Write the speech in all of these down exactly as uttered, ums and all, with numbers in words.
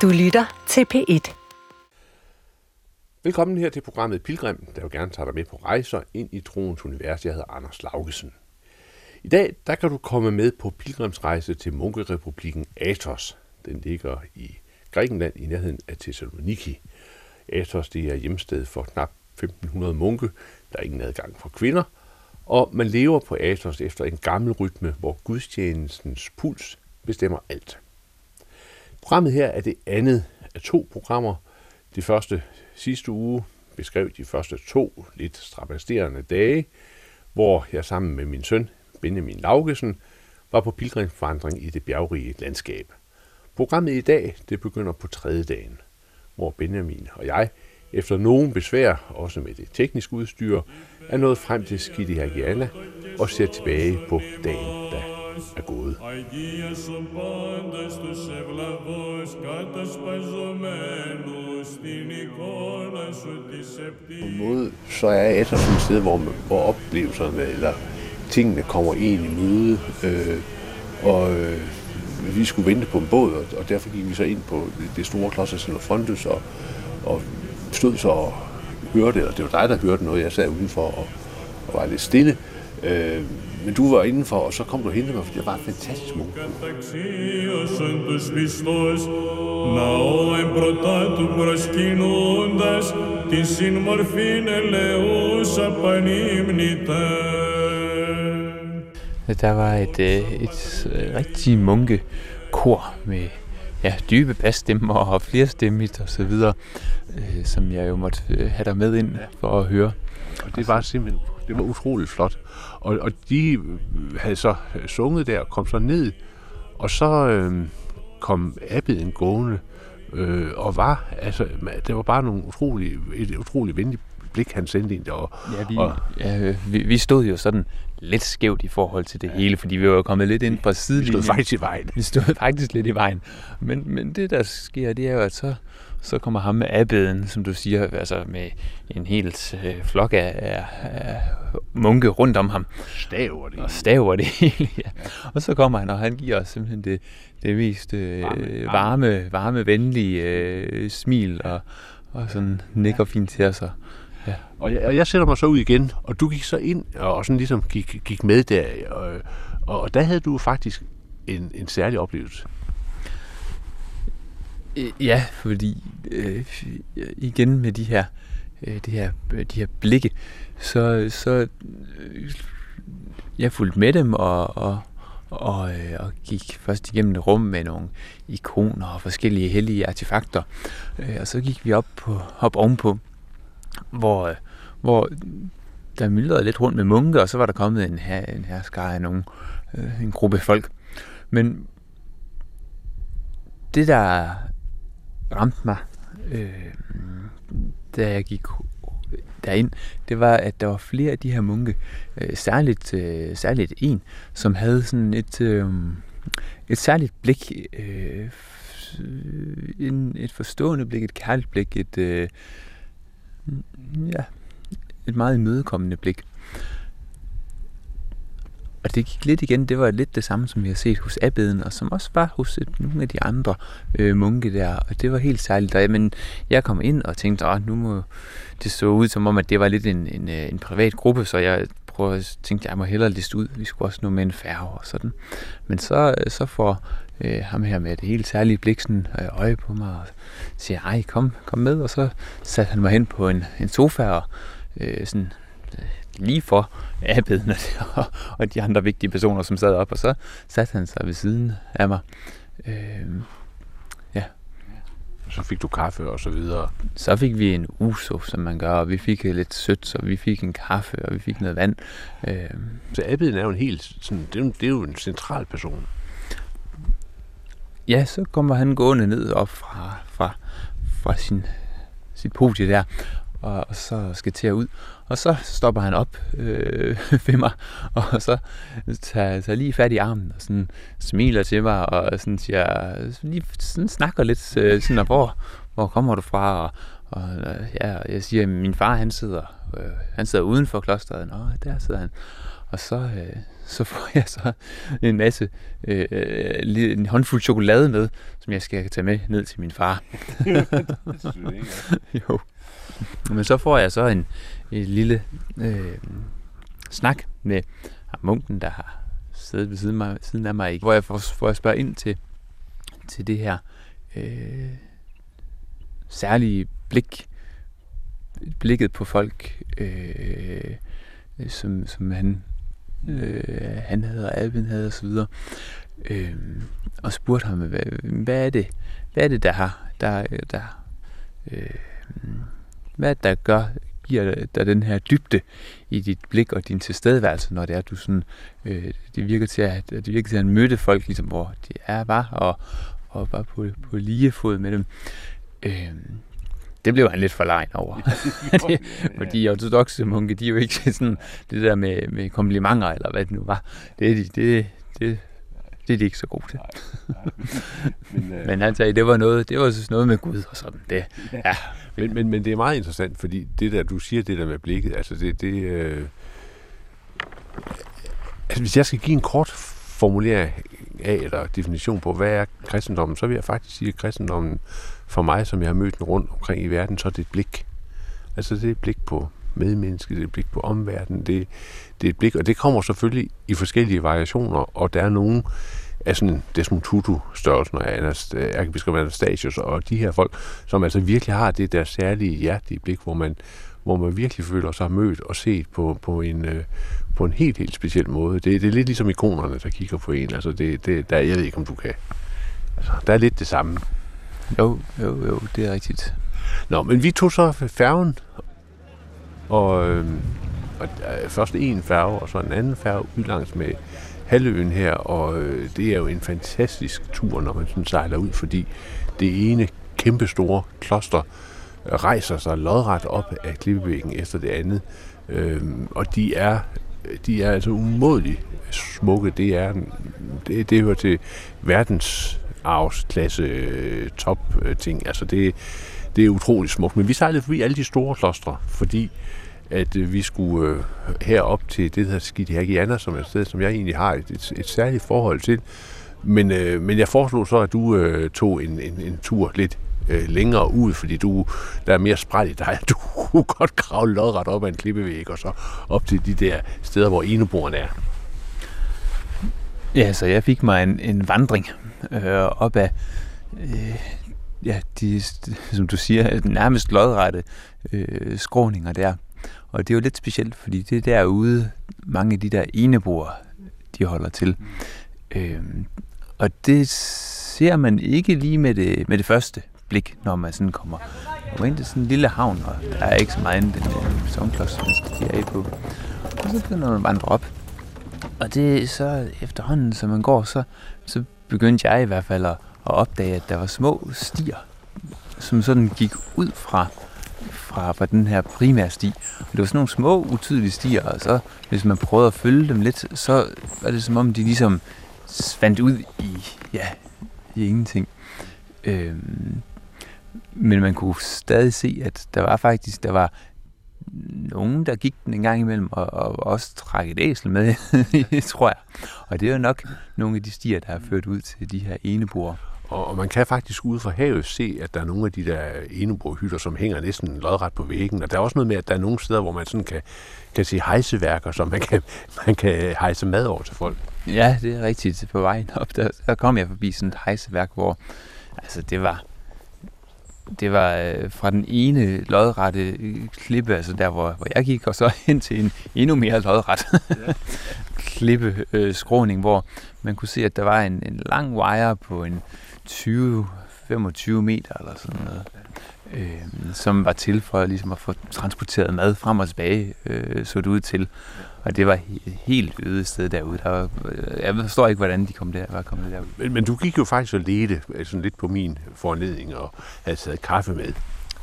Du lytter til P et. Velkommen her til programmet Pilgrim, der jo gerne tager dig med på rejser ind i troens univers. Jeg hedder Anders Laugesen. I dag der kan du komme med på pilgrimsrejse til munkerepublikken Athos. Den ligger i Grækenland i nærheden af Thessaloniki. Athos det er hjemsted for knap femten hundrede munke. Der er ingen adgang for kvinder. Og man lever på Athos efter en gammel rytme, hvor gudstjenestens puls bestemmer alt. Programmet her er det andet af to programmer. Det første sidste uge beskrev de første to lidt strapasterende dage, hvor jeg sammen med min søn Benjamin Laugesen var på pilgrimsvandring i det bjergrige landskab. Programmet i dag det begynder på tredje dagen, hvor Benjamin og jeg efter nogen besvær, også med det tekniske udstyr, er nået frem til Skidiagiana og ser tilbage på dagen, der er gået. På en måde så er Athos et sted, hvor, hvor oplevelserne eller tingene kommer en i møde, øh, og øh, vi skulle vente på en båd, og, og derfor gik vi så ind på det store kloster Xenophontus og, og stod så og hørte, eller det var dig, der hørte noget, jeg sad udenfor og, og var lidt stille. Øh, men du var indenfor, og så kom du og hentede mig, for det var en fantastisk munke. Der var et, et, et rigtig munkekor med ja, dybe basstemmer og flerstemmigt og så videre, øh, som jeg jo måtte have dig med ind for at høre. Og det var simpelthen, det var utroligt flot. Og, og de havde så sunget der og kom så ned, og så øh, kom abbeden gående øh, og var, altså, det var bare nogle utrolig, et utroligt venligt blik, han sendte ind. Og, ja, vi, og, ja, vi, vi stod jo sådan lidt skævt i forhold til det ja. hele, fordi vi var jo kommet lidt ind fra sidelinjen. Vi stod faktisk i vejen. Vi stod faktisk lidt i vejen. Men, men det, der sker, det er jo, at så, så kommer ham med abbeden, som du siger, altså med en helt øh, flok af, af, af munke rundt om ham. Staver det. Og staver det hele, ja. ja. Og så kommer han, og han giver os simpelthen det, det mest øh, varme, varme, varme, venlige øh, smil, og, og sådan nikker fint til os. Ja. Og, jeg, og jeg sætter mig så ud igen, og du gik så ind og sådan ligesom gik, gik med der, og, og, og der havde du faktisk en, en særlig oplevelse. Ja, fordi øh, igen med de her, øh, det her, de her blikke, så, så øh, jeg fulgte med dem og, og, og, øh, og gik først igennem et rum med nogle ikoner og forskellige hellige artefakter, øh, og så gik vi op, på, op ovenpå, hvor, hvor der myldrede lidt rundt med munke, og så var der kommet en, her, en herskare af nogle, øh, en gruppe folk. Men det, der ramte mig, øh, da jeg gik derind, det var, at der var flere af de her munke, øh, særligt, øh, særligt en, som havde sådan et, øh, et særligt blik, øh, en, et forstående blik, et kærligt blik, et øh, ja, et meget imødekommende blik. Og det gik lidt igen, det var lidt det samme, som vi har set hos abbeden, og som også var hos et, nogle af de andre øh, munke der, og det var helt særligt. Og, men jeg kom ind og tænkte, at nu må det så ud som om, at det var lidt en, en, en privat gruppe, så jeg prøvede at tænke, at jeg må hellere liste ud, vi skulle også nå med en færge og sådan. Men så, så får øh, ham her med det helt særlige blik sådan øh, øje på mig og siger, ej, kom, kom med, og så satte han mig hen på en, en sofa og øh, sådan øh, lige for abbeden og, og de andre vigtige personer, som sad op, og så satte han sig ved siden af mig. Øh, ja. Så fik du kaffe og så videre. Så fik vi en uso, som man gør, og vi fik lidt sødt, så vi fik en kaffe, og vi fik noget vand. Øh, så abbeden er jo en helt, sådan, det, er jo, det er jo en central person. Ja, så kommer han gående ned op fra, fra, fra sin, sit podie der, og, og så skal til at ud. Og så stopper han op øh, ved mig, og så tager, tager lige fat i armen, og sådan smiler til mig, og sådan siger, lige sådan snakker lidt, øh, sådan, hvor, hvor kommer du fra? Og, og ja, jeg siger, at min far, han sidder, øh, han sidder uden for klosteret. Nå, der sidder han. Og så, øh, så får jeg så en masse, øh, en håndfuld chokolade med, som jeg skal tage med ned til min far. Jo. Men så får jeg så en, en lille øh, snak med munken, der har siddet ved siden, mig, siden af mig, hvor jeg får, får jeg spørge ind til, til det her øh, særlige blik, blikket på folk, øh, som, som han, øh, han havde, og Albin havde, og så videre. Øh, og spurgte ham, hvad, hvad er det, hvad er det, der har, der, der, øh, hvad er det, der gør, giver dig den her dybde i dit blik og din tilstedeværelse, når det er, du sådan, øh, det virker til, at det virker til, at han mødte folk, ligesom, hvor de er, var, og, og var på, på lige fod med dem. Øh, det blev han lidt forlegen over. det, fordi ortodokse munke, de er jo ikke sådan, det der med, med komplimenter, eller hvad det nu var, det er de, det, det, det er de ikke så gode til. men, øh... men han sagde, det var noget, det var noget med Gud og sådan. Det, ja. men, men, men det er meget interessant, fordi det der, du siger det der med blikket, altså det, det øh... altså hvis jeg skal give en kort formulering af, eller definition på, hvad er kristendommen, så vil jeg faktisk sige, at kristendommen for mig, som jeg har mødt den rundt omkring i verden, så er det et blik. Altså det er et blik på medmennesket, det er et blik på omverdenen, det, det er et blik, og det kommer selvfølgelig i forskellige variationer, og der er nogen af sådan Desmond Tutu-størrelsen og ærkebiskop Anastasius og de her folk, som altså virkelig har det der særlige hjertelige blik, hvor man, hvor man virkelig føler sig mødt og set på, på, en, på en helt, helt speciel måde. Det, det er lidt ligesom ikonerne, der kigger på en. Altså det, det, der, jeg ved ikke, om du kan. Altså, der er lidt det samme. Jo, jo, jo, det er rigtigt. Nå, men vi tog så færgen, og, øh, og øh, først en færge, og så en anden færge ud langs med halvøen her, og øh, det er jo en fantastisk tur, når man sådan sejler ud, fordi det ene kæmpe store kloster rejser sig lodret op af klippevæggen efter det andet, øh, og de er, de er altså umådeligt smukke. Det er, det, det hører til verdens arvsklasse top ting. Altså det, det er utroligt smukt. Men vi sejlede forbi alle de store klostre, fordi at øh, vi skulle øh, herop til det, der hedder Skidiagiana, som er et sted, som jeg egentlig har et, et, et særligt forhold til. Men, øh, men jeg foreslog så, at du øh, tog en, en, en tur lidt øh, længere ud, fordi du, der er mere spredt i dig. Du kunne godt kravle lodret op ad en klippevæg, og så op til de der steder, hvor eneboerne er. Ja, så jeg fik mig en, en vandring øh, op ad, øh, ja, de, som du siger, nærmest lodrette øh, skråninger der. Og det er jo lidt specielt, fordi det er derude, mange af de der eneboer, de holder til. Øh, og det ser man ikke lige med det, med det første blik, når man sådan kommer og ind til sådan en lille havn, og der er ikke så meget end den øh, sovnkloster, man skal tage af på. Og så begynder man at vandre op. Og det så efterhånden, som man går, så, så begyndte jeg i hvert fald at, at opdage, at der var små stier, som sådan gik ud fra, fra, fra den her primære sti. Og det var sådan nogle små, utydelige stier, og så hvis man prøvede at følge dem lidt, så var det som om, de ligesom svandt ud i, ja, i ingenting. Øhm, men man kunne stadig se, at der var faktisk, der var nogen, der gik den en gang imellem, og, og også trak et æsel med, tror jeg. Og det er jo nok nogle af de stier, der har ført ud til de her eneboer. Og, og man kan faktisk ude fra havet se, at der er nogle af de der eneboerhytter, som hænger næsten lodret på væggen. Og der er også noget med, at der er nogle steder, hvor man sådan kan, kan se hejseværker, så man kan, man kan hejse mad over til folk. Ja, det er rigtigt. På vejen op, der, der kom jeg forbi sådan et hejseværk, hvor altså det var Det var øh, fra den ene lodrette øh, klippe, altså der, hvor, hvor jeg gik, og så hen til en endnu mere lodret ja. klippe øh, skråning, hvor man kunne se, at der var en, en lang wire på en tyve til femogtyve meter eller sådan noget, øh, som var til for ligesom at få transporteret mad frem og tilbage, øh, så det ud til. Og det var he- helt øde sted derude. Der var, jeg forstår ikke, hvordan de kom der, var kommet derud. Men, men du gik jo faktisk og ledte sådan lidt på min foranledning og havde taget kaffe med.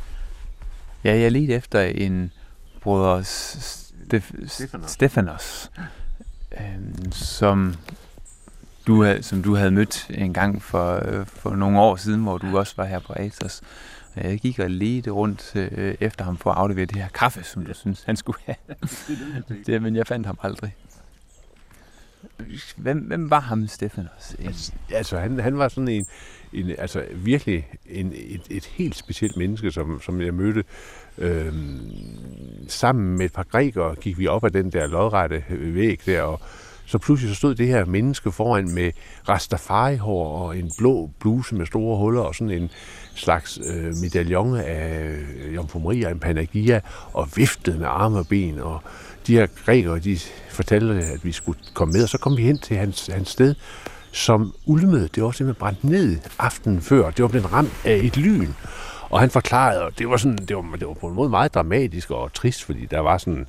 Ja, jeg ledte efter en broder Stef- Stefanos, Stefanos øh, som, du havde, som du havde mødt en gang for, for nogle år siden, hvor du også var her på Atos. Jeg gik og ledte rundt øh, efter ham for at aflevere det her kaffe, som du synes, han skulle have. det, men jeg fandt ham aldrig. Hvem, hvem var ham, Stefanos? Altså, altså han, han var sådan en, en altså virkelig en, et, et helt specielt menneske, som, som jeg mødte. Øhm, sammen med et par grækere gik vi op ad den der lodrette væg der, og så pludselig så stod det her menneske foran med rastafari-hår og en blå bluse med store huller og sådan en slags øh, medaljon af Jomfru Maria, en Panagia, og viftede med arme og ben, og de her grækere, de fortalte, at vi skulle komme med, og så kom vi hen til hans, hans sted, som ulmede. Det var simpelthen brændt ned aftenen før. Det var blevet ramt af et lyn. Og han forklarede, og det var, sådan, det var, det var på en måde meget dramatisk og trist, fordi der var sådan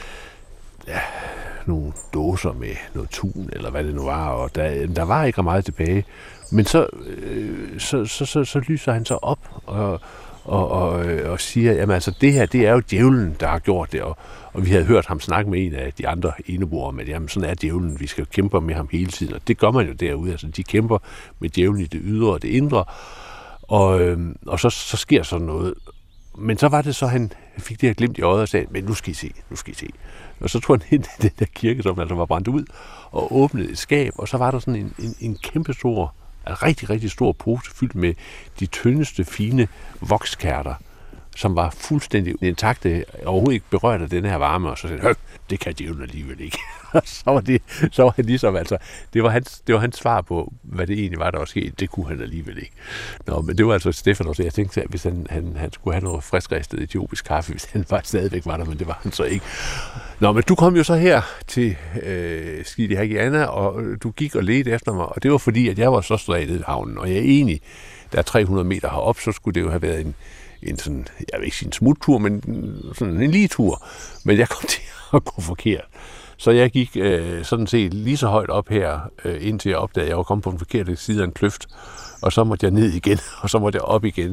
ja, nogle dåser med noget tun, eller hvad det nu var, og der, der var ikke meget tilbage. Men så, øh, så, så, så, så lyser han så op og, og, og, og siger, jamen altså, det her, det er jo djævlen, der har gjort det, og, og vi havde hørt ham snakke med en af de andre eneboere om, at jamen, sådan er djævlen, vi skal kæmpe med ham hele tiden, og det gør man jo derude, altså de kæmper med djævlen i det ydre og det indre, og, øh, og så, så sker sådan noget. Men så var det så, han fik det her glimt i øjet og sagde, men nu skal I se, nu skal I se. Og så tog han ind i den der kirke, som altså var brændt ud, og åbnede et skab, og så var der sådan en, en, en kæmpe stor, en rigtig, rigtig stor pose fyldt med de tyndeste, fine vokskærter, som var fuldstændig intakte, overhovedet ikke berørt af den her varme, og så sagde han, det kan djævlen alligevel ikke. Og så var det, så var han ligesom, altså, det var, hans, det var hans svar på, hvad det egentlig var, der var sket. Det kunne han alligevel ikke. Nå, men det var altså Stefanos, jeg tænkte, at hvis han, han, han skulle have noget friskristet etiopisk kaffe, hvis han bare stadigvæk var der, men det var han så ikke. Nå, men du kom jo så her til øh, Skidi Hagiana, og du gik og ledte efter mig, og det var fordi, at jeg var så stået i havnen, og jeg er enig, der er tre hundrede meter herop, så skulle det jo have været en en sådan, jeg vil ikke sige en smuttur, men sådan en lige tur. Men jeg kom til at gå forkert. Så jeg gik øh, sådan set lige så højt op her, øh, indtil jeg opdagede, at jeg var kommet på den forkerte side af en kløft. Og så måtte jeg ned igen, og så måtte jeg op igen.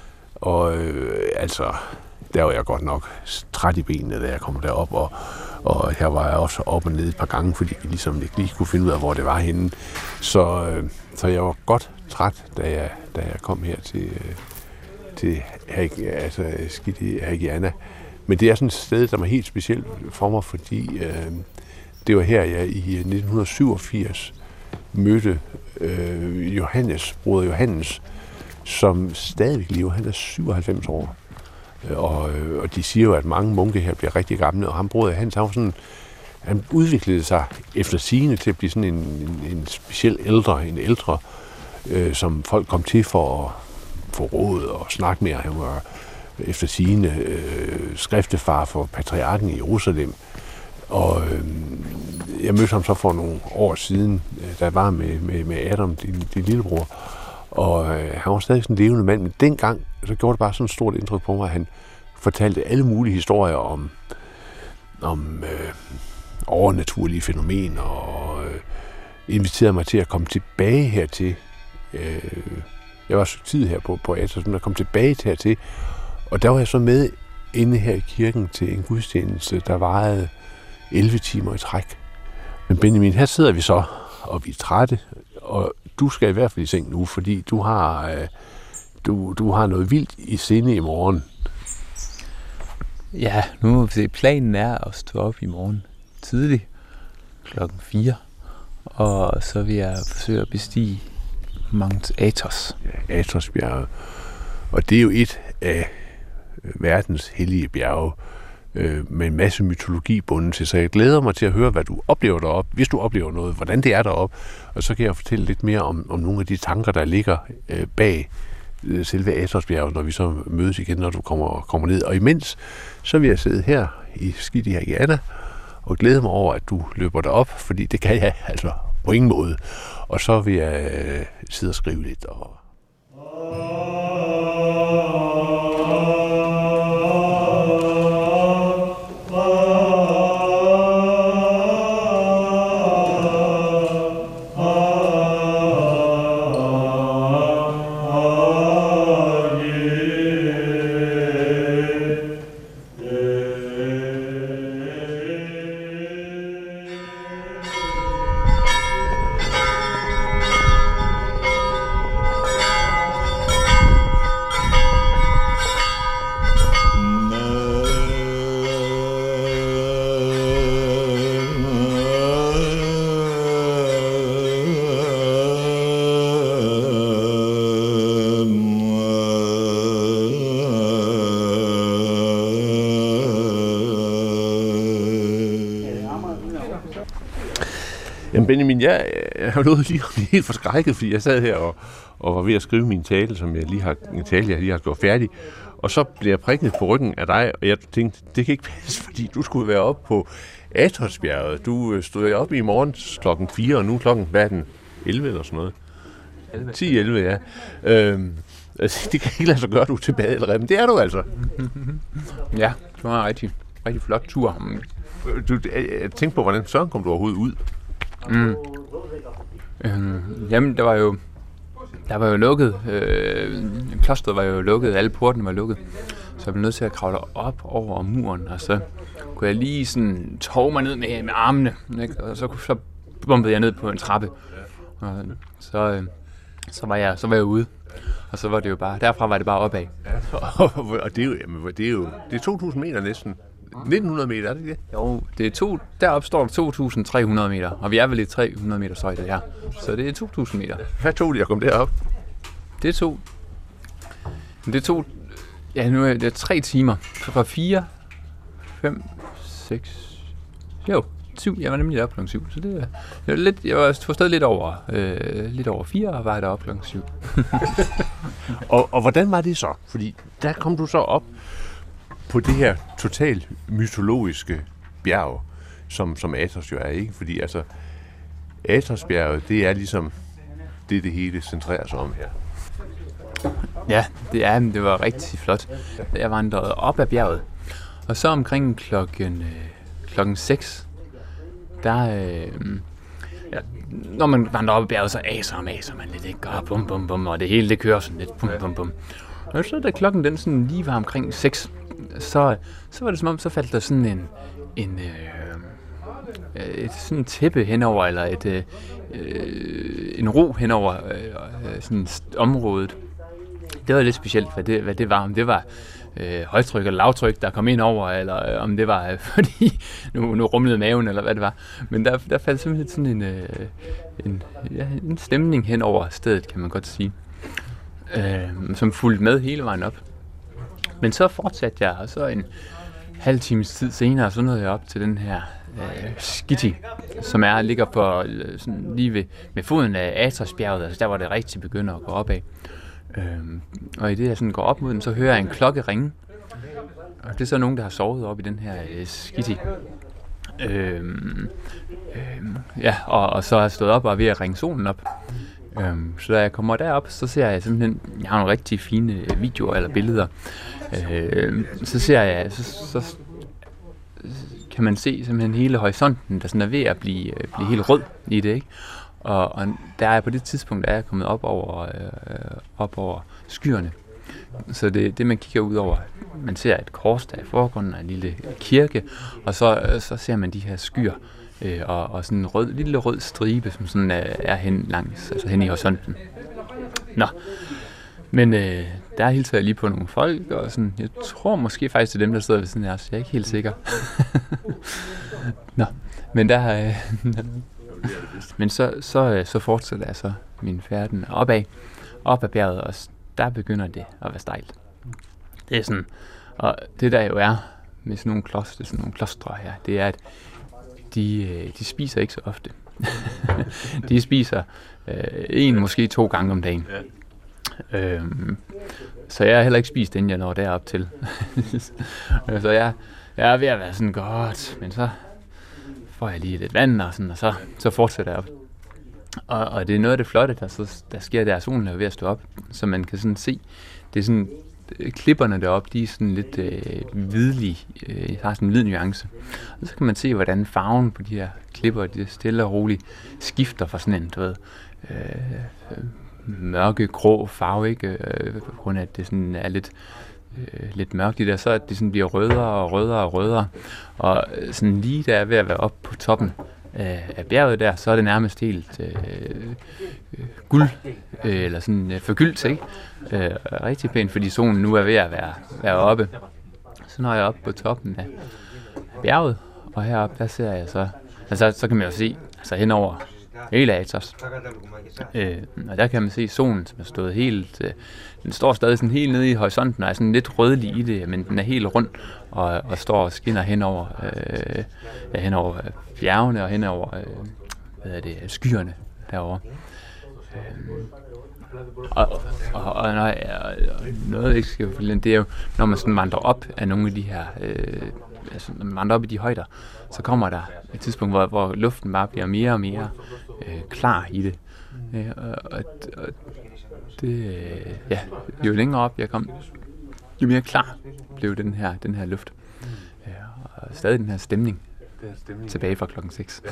Og øh, altså, der var jeg godt nok træt i benene, da jeg kom derop, og, og her var jeg også op og ned et par gange, fordi vi ligesom ikke lige kunne finde ud af, hvor det var henne. Så, øh, så jeg var godt træt, da jeg, da jeg kom her til... Øh, til altså Skidi Hagiana. Men det er sådan et sted, der er helt specielt for mig, fordi øh, det var her, jeg i nitten syvogfirs mødte øh, Johannes, broder Johannes, som stadigvæk lever. Han er syvoghalvfems år. Og, og de siger jo, at mange munke her bliver rigtig gamle, og ham broder Johannes, han var sådan, han udviklede sig efter sigende til at blive sådan en, en, en speciel ældre, en ældre, øh, som folk kom til for at få råd og snakke med. Han var efter sigende øh, skriftefar for patriarken i Jerusalem. Og øh, jeg mødte ham så for nogle år siden, da jeg var med, med, med Adam, din, din lillebror. Og øh, han var stadig sådan en levende mand, men dengang så gjorde det bare sådan et stort indtryk på mig, at han fortalte alle mulige historier om, om øh, overnaturlige fænomener, og øh, inviterede mig til at komme tilbage hertil. Øh, jeg var så tid her på, på Atos, men jeg kom tilbage til hertil, og der var jeg så med inde her i kirken til en gudstjeneste, der varede elleve timer i træk. Men Benjamin, her sidder vi så, og vi er trætte, og du skal i hvert fald i seng nu, fordi du har, øh, du, du har noget vildt i sinde i morgen. Ja, nu må vi se. Planen er at stå op i morgen tidligt, klokken fire, og så vil jeg forsøge at bestige Mount Athos. Ja, Athosbjerget. Og det er jo et af verdens hellige bjerge, øh, med en masse mytologi bundet til, så jeg glæder mig til at høre, hvad du oplever deroppe, hvis du oplever noget, hvordan det er deroppe, og så kan jeg fortælle lidt mere om, om nogle af de tanker, der ligger øh, bag øh, selve Athosbjerget, når vi så mødes igen, når du kommer, kommer ned. Og imens, så vil jeg sidde her i Skidi Hagiana og glæde mig over, at du løber derop, fordi det kan jeg altså på ingen måde. Og så vil jeg øh, sidde og skrive lidt og Benjamin, jeg har nået lige helt forskrækket, fordi jeg sad her og, og var ved at skrive min tale, som jeg lige har, en tale, jeg lige har gjort færdig. Og så blev jeg prikket på ryggen af dig, og jeg tænkte, det kan ikke passe, fordi du skulle være oppe på Athosbjerget. Du stod op i morgen klokken fire, og nu klokken, hvad er den? elleve eller sådan noget? ti elleve, ja. Øhm, altså, det kan ikke lade sig gøre, du er tilbage allerede, men det er du altså. Ja, det var en rigtig, rigtig flot tur. Du, jeg tænkte på, hvordan søren kom du overhovedet ud? Mm. Øhm, jamen, der var jo, der var jo lukket. Øh, klosteret var jo lukket, alle portene var lukket. Så jeg blev nødt til at kravle op over muren, og så kunne jeg lige sådan tove mig ned med, med armene, ikke? Og så, så bumpede jeg ned på en trappe. Og så, øh, så, var jeg, så var jeg ude. Og så var det jo bare, derfra var det bare opad. Ja. Og det er jo, jamen, det er jo det er to tusind meter næsten. nitten hundrede meter, er det ikke det? Jo, det er to, deroppe står der to tusind tre hundrede meter, og vi er vel i tre hundrede meter højde her. Så det er to tusind meter. Hvad tog det at komme derop? Det tog, det tog, ja nu er det tre timer. Fra fire, fem, seks, jo, syv. Jeg var nemlig deroppe klokken syv, så det, det var lidt, jeg var stadig lidt over, øh, lidt over fire, og var deroppe klokken syv. og, og hvordan var det så? Fordi der kom du så op på det her totalt mytologiske bjerg, som, som Athos jo er, ikke? Fordi altså, Athosbjerget, det er ligesom det, det hele centrerer sig om her. Ja, det er, det var rigtig flot. Jeg vandrede op ad bjerget, og så omkring klokken, øh, klokken seks, der, øh, ja, når man vandrer op ad bjerget, så aser og maser man lidt, ikke? Og bum, bum, bum, og det hele, det kører sådan lidt, bum, bum, bum. Og så da klokken den sådan lige var omkring seks, så, så var det som om, så faldt der sådan en, en øh, et sådan tæppe henover, eller et, øh, en ro henover øh, sådan området. Det var lidt specielt, hvad det, hvad det var. Om det var øh, højtryk eller lavtryk, der kom ind over, eller øh, om det var, øh, fordi nu, nu rumlede maven, eller hvad det var. Men der, der faldt simpelthen sådan en, øh, en, ja, en stemning hen over stedet, kan man godt sige, øh, som fulgte med hele vejen op. Men så fortsatte jeg, og så en halv times tid senere, så nåede jeg op til den her øh, Skiti, som er ligger på øh, sådan lige ved, ved foden af Athosbjerget, altså der hvor det rigtig begynder at gå opad. Øhm, og i det jeg sådan går op mod den, så hører jeg en klokke ringe. Og det er så nogen, der har sovet op i den her øh, Skiti. Øhm, øhm, ja, og, og så har jeg stået op og er ved at ringe solen op. Øhm, så da jeg kommer derop, så ser jeg simpelthen, jeg har nogle rigtig fine videoer eller billeder. Øhm, så ser jeg, så, så kan man se simpelthen hele horisonten, der sådan er ved at blive, blive helt rød i det, ikke? Og, og der er på det tidspunkt, der er jeg kommet op over, øh, op over skyerne. Så det det, man kigger ud over. Man ser et kors der i forgrunden, og en lille kirke, og så, så ser man de her skyer, øh, og, og sådan en rød, lille rød stribe, som sådan er, er hen langs, altså hen i horisonten. Nå, men øh, der hilser jeg lige på nogle folk, og sådan, jeg tror måske faktisk til dem, der sidder ved siden af os. Jeg er ikke helt sikker. Nå, men der... Øh, men så, så, så fortsætter jeg så min færden opad, op ad bjerget, og der begynder det at være stejlt. Det er sådan, og det der jo er med sådan nogle kloster, sådan nogle klostre her, det er, at de, de spiser ikke så ofte. De spiser øh, en, måske to gange om dagen. Øhm, så jeg har heller ikke spist, inden jeg når derop til. Så jeg, jeg er ved at være sådan godt, men så får jeg lige lidt vand, og, sådan, og så, så fortsætter jeg op. Og, og det er noget af det flotte, der, så, der sker der, solen er ved at stå op, så man kan sådan se, det er sådan, klipperne deroppe, de er sådan lidt øh, hvidlige, øh, har sådan en hvid nuance. Og så kan man se, hvordan farven på de her klipper, de stille og roligt skifter fra sådan en, du ved, øh, mørke, grå farve, ikke? Øh, på grund af, at det sådan er lidt, øh, lidt mørkt i der, så at det sådan bliver rødere og rødere og rødere. Og sådan lige der er ved at være oppe på toppen af, af bjerget der, så er det nærmest helt øh, øh, guld, øh, eller sådan øh, forgyldt, ikke? Øh, rigtig pænt, fordi solen nu er ved at være, være oppe. Så når jeg er oppe på toppen af bjerget, og heroppe, der ser jeg så, altså så kan man jo se, altså henover hele Athos. Øh, og der kan man se solen, som er stået helt, øh, den står stadig sådan helt nede i horisonten, og er sådan lidt rødlig i det, men den er helt rund, og, og står og skinner henover, øh, ja, henover bjergene, og henover øh, hvad er det, skyerne derovre. Øhm, og, og, og, og, og noget ikke skal fortælle, det er jo, når man sådan vandrer op af nogle af de her, øh, altså når man vandrer op i de højder, så kommer der et tidspunkt, hvor, hvor luften bare bliver mere og mere øh, klar i det. Øh, og, og, og det, øh, ja, jo længere op jeg kom, jo mere klar blev den her, den her luft. Øh, og stadig den her stemning. Tilbage fra klokken seks.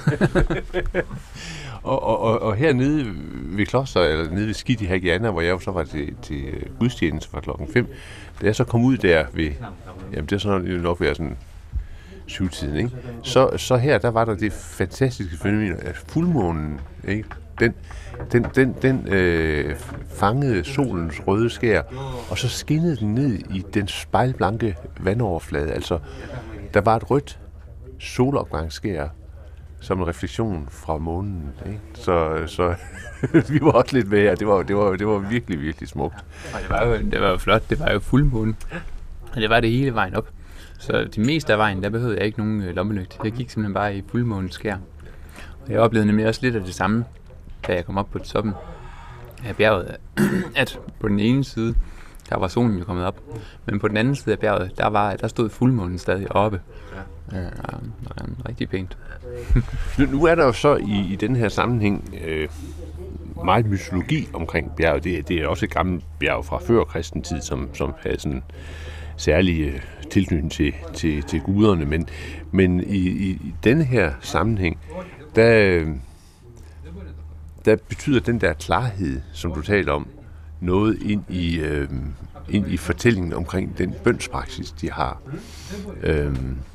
og, og, og, og hernede ved kloster, eller nede ved Skid i Hagiana, hvor jeg jo så var til, til gudstjeneste fra klokken fem, da jeg så kom ud der ved, jamen det er sådan nok ved sådan syvtiden, ikke? Så, så her, der var der det fantastiske fænomen, at fuldmånen, ikke? Den, den, den, den øh, fangede solens røde skær, og så skinnede den ned i den spejlblanke vandoverflade. Altså, der var et rødt solopgangsskær som en refleksion fra månen, ikke? Så, så vi var også lidt med her. Det var, det var, det var virkelig, virkelig smukt. Og det var jo, det var jo flot. Det var jo fuldmåne. Og det var det hele vejen op. Så det meste af vejen, der behøvede jeg ikke nogen lommelygte. Jeg gik simpelthen bare i fuldmånens skær. Og jeg oplevede nemlig også lidt af det samme, da jeg kom op på toppen af bjerget. At på den ene side, der var solen jo kommet op. Men på den anden side af bjerget, der, var, der stod fuldmånen stadig oppe. Ja, ja, rigtig pænt. nu, nu er der jo så i, i den her sammenhæng øh, meget mytologi omkring bjerget. Det, det er også et gammelt bjerg fra før kristentid, som, som havde sådan særlig øh, tilknytning til, til, til guderne. Men, men i, i, i denne her sammenhæng, der, der betyder den der klarhed, som du taler om, noget ind i, øh, ind i fortællingen omkring den bønspraksis, de har. Øh,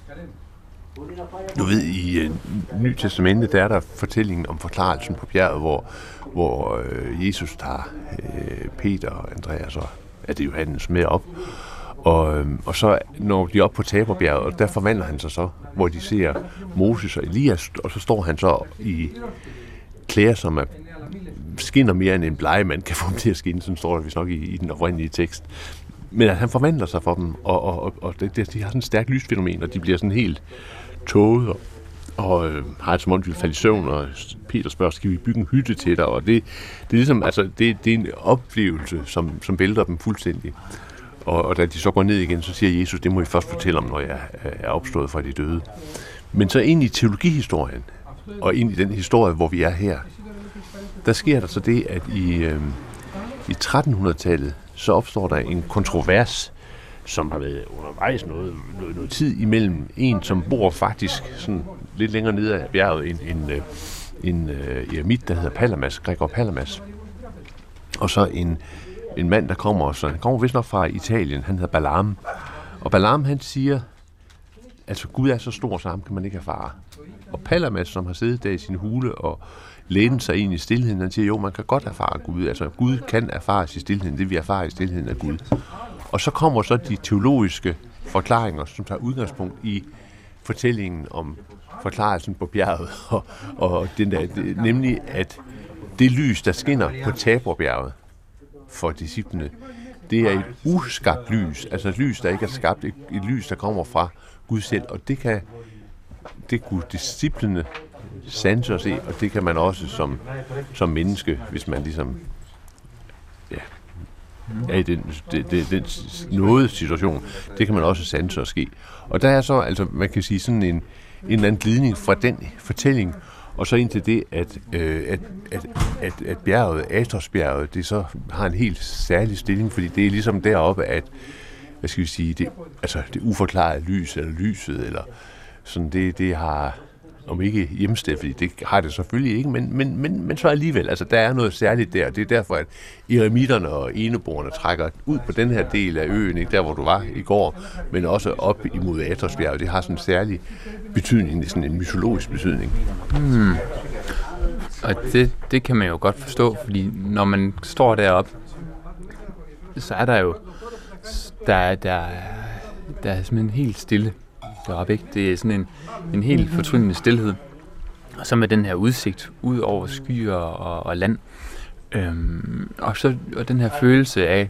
Du ved, i uh, Nye Testamente, der er der fortællingen om forklarelsen på bjerget, hvor, hvor uh, Jesus tager uh, Peter og Andreas og er det Johannes med op. Og, um, og så når de er oppe på Taborbjerget, og der forvandler han sig så, hvor de ser Moses og Elias, og så står han så i klæder, som er, skinner mere end en blegemand kan få dem til at skinne, sådan står der vist nok i, i den oprindelige tekst. Men at han forvandler sig for dem, og, og, og det, de har sådan et stærkt lysfænomen, og de bliver sådan helt tåget, og, og øh, har et som om de vil falde i søvn, og Peter spørger, skal vi bygge en hytte til dig? Og det, det er ligesom, altså, det, det er en oplevelse, som, som vælter dem fuldstændig. Og, og da de så går ned igen, så siger Jesus, det må I først fortælle om, når jeg er opstået fra de døde. Men så ind i teologihistorien, og ind i den historie, hvor vi er her, der sker der så det, at i, øh, i trettenhundredetallet, så opstår der en kontrovers, som har været undervejs noget, noget, noget tid imellem en, som bor faktisk sådan lidt længere nede af bjerget, en, en, en uh, eremit, der hedder Palamas, Gregor Palamas, og så en, en mand, der kommer, så han kommer vist nok fra Italien, han hedder Balaam, og Balaam, han siger, altså Gud er så stor, så ham kan man ikke erfare. Og Palamas, som har siddet der i sin hule og lænet sig ind i stilheden, han siger, jo, man kan godt erfare Gud, altså Gud kan erfares i stilheden, det vi erfarer i stilheden af Gud. Og så kommer så de teologiske forklaringer, som tager udgangspunkt i fortællingen om forklarelsen på bjerget, og, og den der, det, nemlig at det lys, der skinner på Taborbjerget for disciplene, det er et uskabt lys, altså et lys, der ikke er skabt, et, et lys, der kommer fra Gud selv, og det kan det kunne disciplene sanse og se, og det kan man også som, som menneske, hvis man ligesom ja, er i den, den, den, den nåde situation, det kan man også sanse og ske. Og der er så, altså man kan sige sådan en, en eller anden glidning fra den fortælling, og så ind til det, at, øh, at, at, at, at bjerget, Athosbjerget, det så har en helt særlig stilling, fordi det er ligesom deroppe, at, hvad skal vi sige, det, altså det uforklarede lys, eller lyset, eller sådan, det, det har, om ikke hjemsted, fordi det har det selvfølgelig ikke, men, men, men, men så alligevel, altså der er noget særligt der. Det er derfor, at eremitterne og eneboerne trækker ud på den her del af øen, ikke der, hvor du var i går, men også op imod Athosbjerget. Det har sådan en særlig betydning, sådan en mytologisk betydning. Hmm. Og det, det kan man jo godt forstå, fordi når man står deroppe, så er der jo, der, der, der er simpelthen helt stille deroppe, ikke? Det er sådan en, en helt fortryllende stilhed. Og så med den her udsigt ud over skyer og, og land. Øhm, og så og den her følelse af,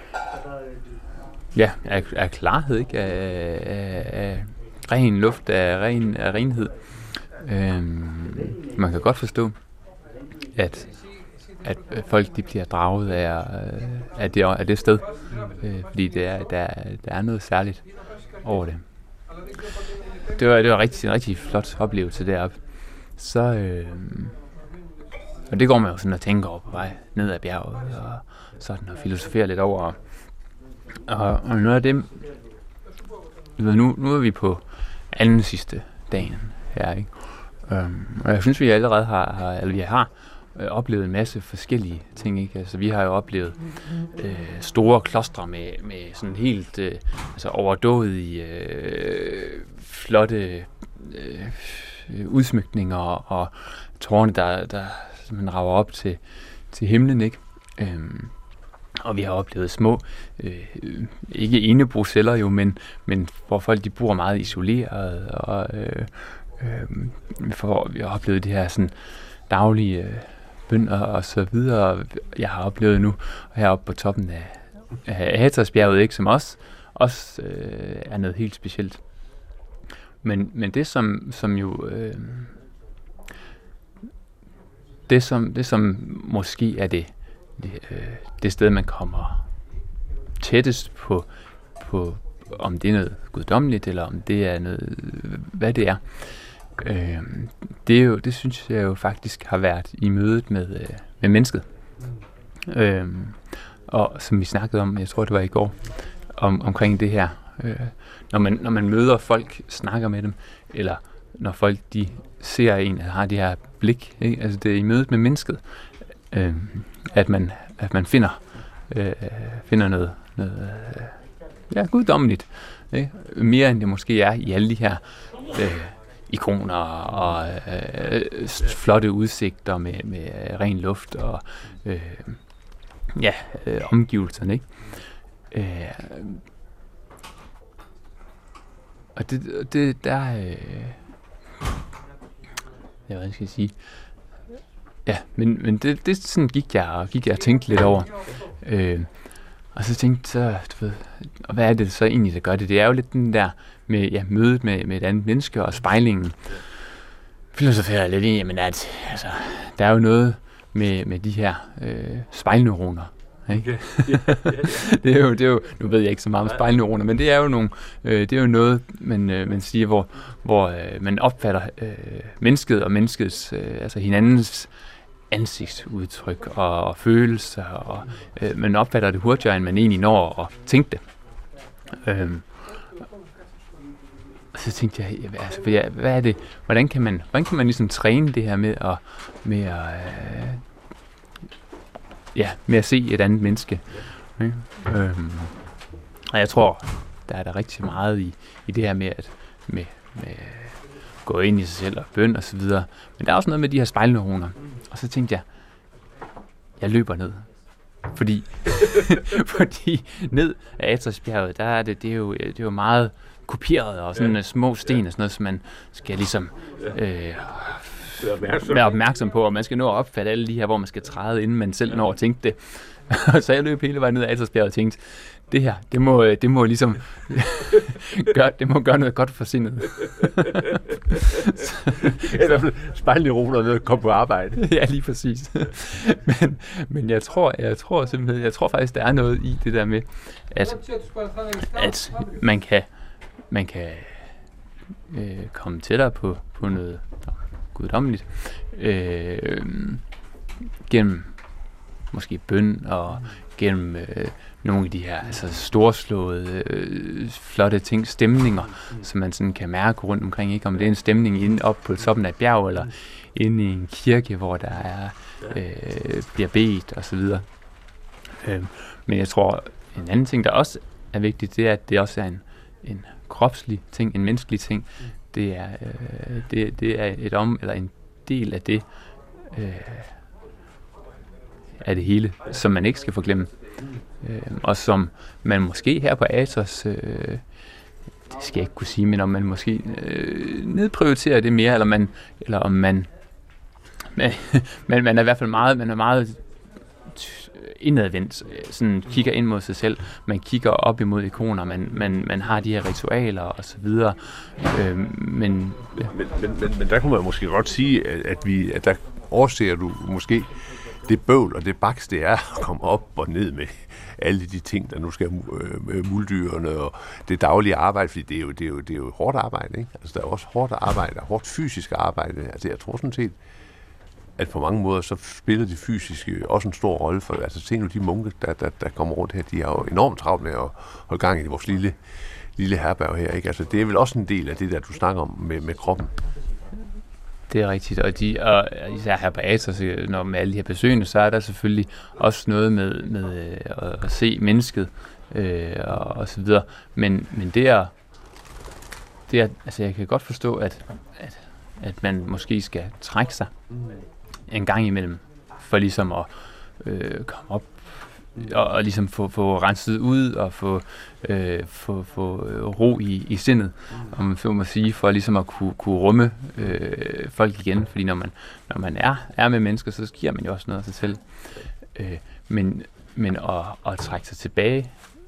ja, af, af klarhed, ikke? Af, af, af ren luft, af, ren, af renhed. Øhm, man kan godt forstå, at, at folk de bliver draget af, af, det, af det sted, øh, fordi det er, der, der er noget særligt over det. Det var, det var rigtig, en rigtig flot oplevelse deroppe. Så, øh, og det går man jo sådan at tænke over på vej ned ad bjerget, og sådan og filosofere lidt over. Og, og noget af det, nu, nu er vi på anden sidste dagen her, ikke? Um, og jeg synes, vi allerede har, har eller vi har øh, oplevet en masse forskellige ting, ikke? Altså, vi har jo oplevet øh, store klostre med, med sådan helt øh, altså overdådige, øh, flotte øh, udsmykninger og tårne, der, der man rager op til, til himlen, ikke? Um, og vi har oplevet små, øh, ikke enebrugsceller jo, men, men hvor folk de bor meget isoleret, og øh, øh, for, vi har oplevet det her sådan daglige øh, bønder og så videre. Jeg har oplevet nu heroppe på toppen af, af Athosbjerget, ikke, som også, også øh, er noget helt specielt. Men, men det som, som jo øh, det som det som måske er det Det, øh, det sted, man kommer tættest på, på, om det er noget guddommeligt, eller om det er noget, hvad det er. Øh, det, er jo, det synes jeg jo faktisk har været i mødet med, øh, med mennesket. Øh, og som vi snakkede om, jeg tror det var i går, om, omkring det her. Øh, når, man, når man møder folk, snakker med dem, eller når folk de ser en, eller har det her blik, ikke? Altså det er i mødet med mennesket. Øh, at man at man finder øh, finder noget noget øh, ja guddommeligt, ikke? Mere end det måske er i alle de her øh, ikoner og øh, flotte udsigter med med ren luft og øh, ja øh, omgivelserne, ikke? Øh, og det det der øh, ja, hvad skal jeg sige? Ja, men, men det, det sådan gik jeg og gik jeg og tænkte lidt over. Øh, og så tænkte så, du ved, og hvad er det så egentlig, der gør det? Det er jo lidt den der med ja, mødet med, med et andet menneske og spejlingen. Filosoferer lidt i, men at, altså, der er jo noget med, med de her øh, spejlneuroner. Ikke? Ja, ja, ja. det, er jo, det er jo, nu ved jeg ikke så meget om spejlneuroner, men det er jo nogle, øh, det er jo noget, man, øh, man siger, hvor, hvor øh, man opfatter øh, mennesket og menneskets, øh, altså hinandens ansigtsudtryk og, og følelser, og øh, man opfatter det hurtigere, end man egentlig når at tænke det. Øhm, og så tænkte jeg, altså, hvad, hvad er det, hvordan kan man, hvordan kan man ligesom træne det her med at, med at øh, ja, med at se et andet menneske. Okay? Øhm, og jeg tror, der er der rigtig meget i, i det her med at med, med gå ind i sig selv og bøn og så videre. Men der er også noget med de her spejlneuroner. Og så tænkte jeg, jeg løber ned. Fordi, fordi ned af Athosbjerget, der er det, det er jo, det er jo meget kopieret og sådan ja. Små sten og sådan noget, som man skal ligesom øh, være opmærksom på, og man skal nå at opfatte alle de her, hvor man skal træde, inden man selv når at tænke det. Så jeg løb hele vejen ned ad Athosbjerget og tænkte, det her, det må, det må ligesom gøre, det må gøre noget godt for sindet. Eller spejlneuroner ved at komme på arbejde. Ja, lige præcis. men, men jeg tror, jeg tror simpelthen, jeg tror faktisk, der er noget i det der med, at, at man kan, man kan øh, komme tættere på, på noget guddommeligt øh, gennem måske bøn og gennem øh, nogle af de her altså storslåede, øh, flotte ting, stemninger, mm. som man sådan kan mærke rundt omkring, ikke? Om det er en stemning inde op på toppen af et bjerg, eller inde i en kirke, hvor der er øh, bliver bedt og så videre. Øh, men jeg tror, en anden ting, der også er vigtigt, det er, at det også er en, en kropslig ting, en menneskelig ting. Mm. Det er øh, det, det er et om eller en del af det øh, af det hele, som man ikke skal forglemme. Øh, og som man måske her på Athos, øh, det skal jeg ikke kunne sige, men om man måske øh, nedprioriterer det mere, eller man, eller om man, men man er i hvert fald meget, man er meget indadvendt, sådan kigger ind mod sig selv, man kigger op imod ikoner, man, man, man har de her ritualer og så videre. Øh, men, ja. men, men, men, men der kunne man måske godt sige, at, at, vi, at der overser du måske det bøvl og det baks, det er at komme op og ned med alle de ting, der nu skal øh, muldyrene og det daglige arbejde, fordi det er jo, det er jo, det er jo hårdt arbejde, ikke? Altså, der er også hårdt arbejde, hårdt fysisk arbejde. Altså, jeg tror sådan set, at på mange måder, så spiller det fysiske også en stor rolle for, altså, se nu de munke, der, der, der kommer rundt her, de er jo enormt travlt med at holde gang i vores lille, lille herberg her, ikke? Altså, det er vel også en del af det, der du snakker om med, med kroppen. Det er rigtigt, og, de, og især her på Atos, når med alle de her besøgende, så er der selvfølgelig også noget med, med at, at se mennesket øh, og, og så videre. Men, men det er, det er, altså jeg kan godt forstå, at, at, at man måske skal trække sig en gang imellem, for ligesom at øh, komme op og, og ligesom få, få renset ud og få, øh, få, få ro i, i sindet, om man så må sige, for ligesom at kunne, kunne rumme øh, folk igen. Fordi når man, når man er, er med mennesker, så giver man jo også noget af sig selv. Øh, men men at, at trække sig tilbage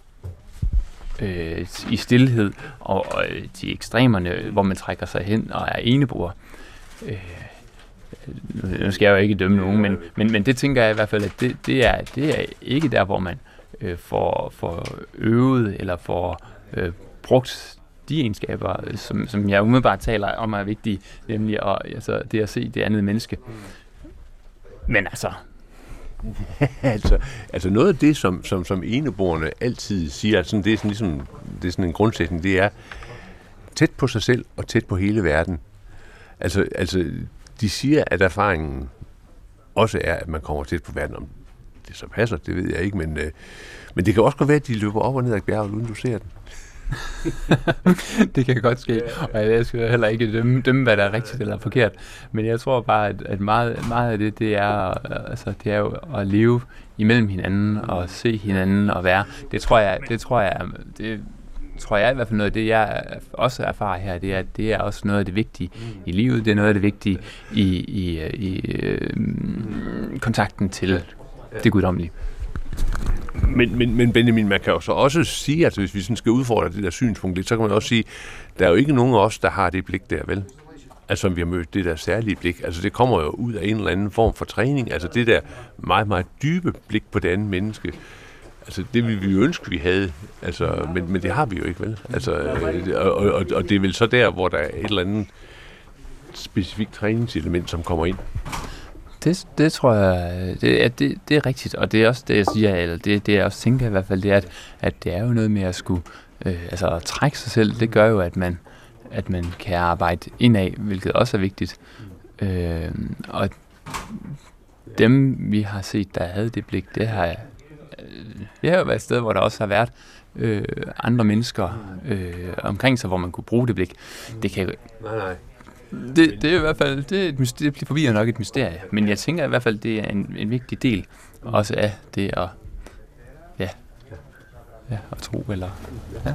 øh, i stilhed, og, og de ekstremerne, hvor man trækker sig hen og er eneboer, øh, nu skal jeg jo ikke dømme nogen, men, men, men det tænker jeg i hvert fald, at det, det, er, det er ikke der, hvor man øh, får, får øvet eller får øh, brugt de egenskaber, som, som jeg umiddelbart taler om er vigtige, nemlig at, altså, det at se det andet menneske. Men altså... altså, altså noget af det, som, som, som eneboerne altid siger, altså det er sådan, ligesom, det er sådan en grundsætning, det er tæt på sig selv og tæt på hele verden. Altså, altså de siger, at erfaringen også er, at man kommer tæt på verden. Om det så passer, det ved jeg ikke, men, øh, men det kan også godt være, at de løber op og ned ad bjerget, uden du ser den. Det kan godt ske, og jeg skal heller ikke dømme, dømme hvad der er rigtigt eller forkert, men jeg tror bare, at, at meget, meget af det, det er, altså, det er jo at leve imellem hinanden og se hinanden og være. Det tror jeg, det tror jeg, det tror jeg i hvert fald noget af det, jeg også erfarer her, det er, at det er også noget af det vigtige i livet, det er noget af det vigtige i, i, i øh, kontakten til det guddommelige. Men, men, men Benjamin, man kan jo så også sige, altså hvis vi sådan skal udfordre det der synspunkt lidt, så kan man også sige, der er jo ikke nogen af os, der har det blik der, vel? Altså vi har mødt det der særlige blik. Altså det kommer jo ud af en eller anden form for træning. Altså det der meget, meget dybe blik på det andet menneske. Altså det ville vi jo ønske, vi havde. Altså, men, men det har vi jo ikke, vel? Altså, og, og, og det er vel så der, hvor der er et eller andet specifikt træningselement, som kommer ind. Det, det tror jeg, det er, det, det er rigtigt, og det er også det, jeg siger, eller det, det jeg også tænker i hvert fald, det er, at, at det er jo noget med at skulle, øh, altså at trække sig selv, det gør jo, at man, at man kan arbejde indad, hvilket også er vigtigt. Øh, og dem, vi har set, der havde det blik, det har, det har jo været et sted, hvor der også har været øh, andre mennesker øh, omkring sig, hvor man kunne bruge det blik. Det kan nej, nej. Det, det er i hvert fald, det, er et, det bliver forbi nok et mysterie, men jeg tænker i hvert fald, det er en, en vigtig del også af det at, ja, ja, at tro, eller, ja.